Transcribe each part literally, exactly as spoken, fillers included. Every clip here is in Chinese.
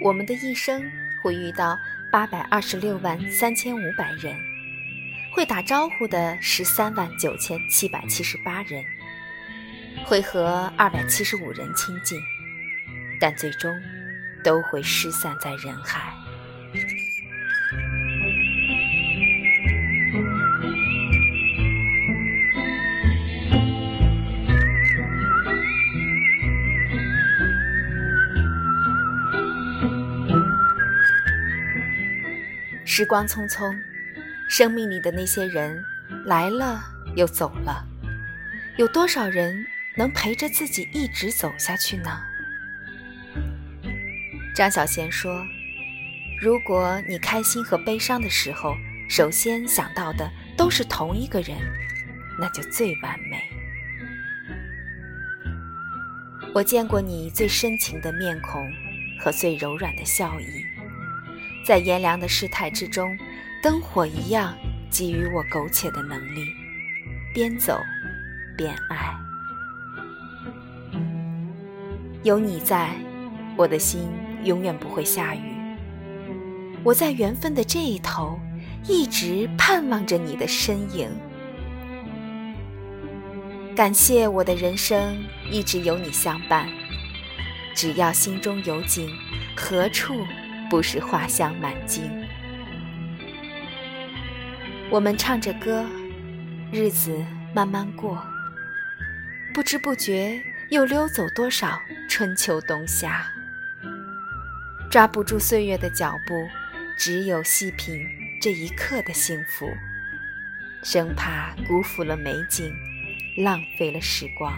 我们的一生会遇到八百二十六万三千五百人，会打招呼的十三万九千七百七十八人，会和二百七十五人亲近，但最终都会失散在人海。时光匆匆，生命里的那些人来了又走了，有多少人能陪着自己一直走下去呢？张小娴说，如果你开心和悲伤的时候，首先想到的都是同一个人，那就最完美。我见过你最深情的面孔和最柔软的笑意，在炎凉的世态之中，灯火一样给予我苟且的能力，边走边爱。有你在，我的心永远不会下雨。我在缘分的这一头，一直盼望着你的身影。感谢我的人生一直有你相伴，只要心中有景，何处不是花香满径。我们唱着歌，日子慢慢过，不知不觉又溜走多少春秋冬夏。抓不住岁月的脚步，只有细品这一刻的幸福，生怕辜负了美景，浪费了时光。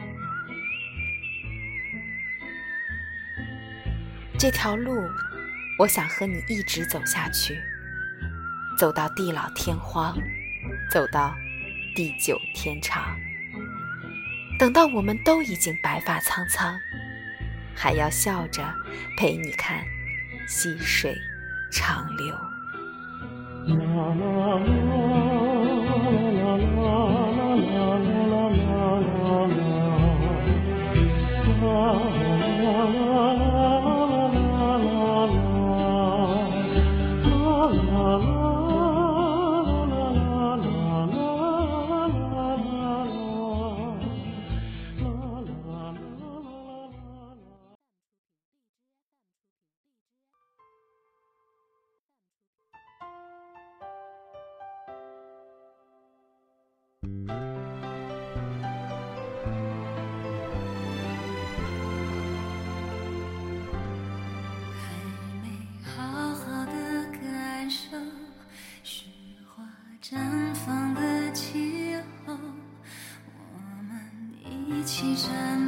这条路我想和你一直走下去，走到地老天荒，走到地久天长。等到我们都已经白发苍苍，还要笑着陪你看细水长流。 绽放的气候，我们一起站